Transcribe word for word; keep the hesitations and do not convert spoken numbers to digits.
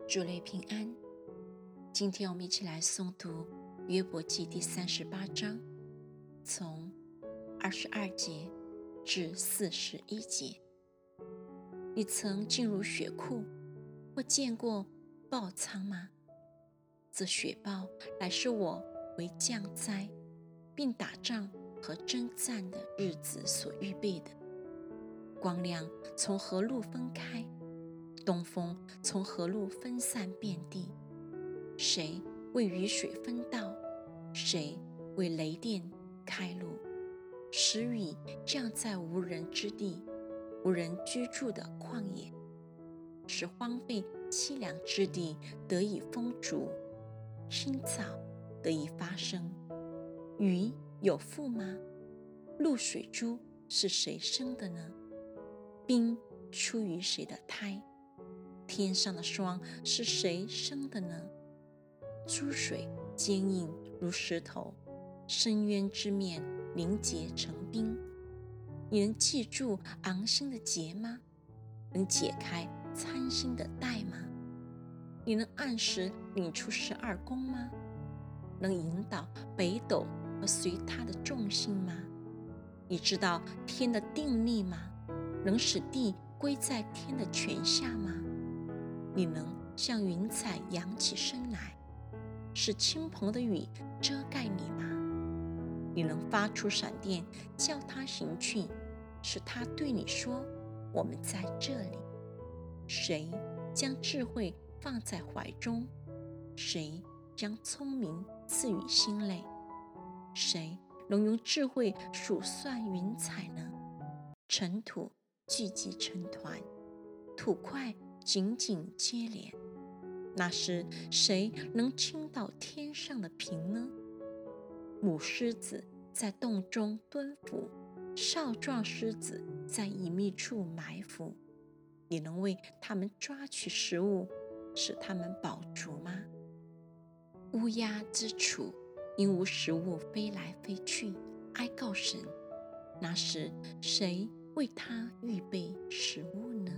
主内平安。今天我们一起来诵读约伯记第三十八章，从二十二节至四十一节。你曾进入血库，或见过豹仓吗？这雪豹乃是我为降灾，并打仗和征战的日子所预备的。光亮从河路分开，东风从河路分散遍地。谁为雨水分道？谁为雷电开路？使雨降在无人之地，无人居住的旷野，使荒废凄凉之地得以丰足，青草得以发生。鱼有腹吗？露水珠是谁生的呢？冰出于谁的胎？天上的霜是谁生的呢？珠水坚硬如石头，深渊之面凝结成冰。你能记住昂星的结吗？能解开参星的带吗？你能按时领出十二宫吗？能引导北斗和随它的重心吗？你知道天的定力吗？能使地归在天的权下吗？你能像云彩扬起身来，使倾盆的雨遮盖你吗？你能发出闪电，叫它行去，使它对你说：我们在这里。谁将智慧放在怀中？谁将聪明赐予心内？谁能用智慧数算云彩呢？尘土聚集成团，土块紧紧接连。那时谁能倾倒天上的瓶呢？母狮子在洞中蹲伏，少壮狮子在隐秘处埋伏。你能为他们抓取食物，使他们饱足吗？乌鸦之雏因无食物飞来飞去，哀告神。那时谁为他预备食物呢？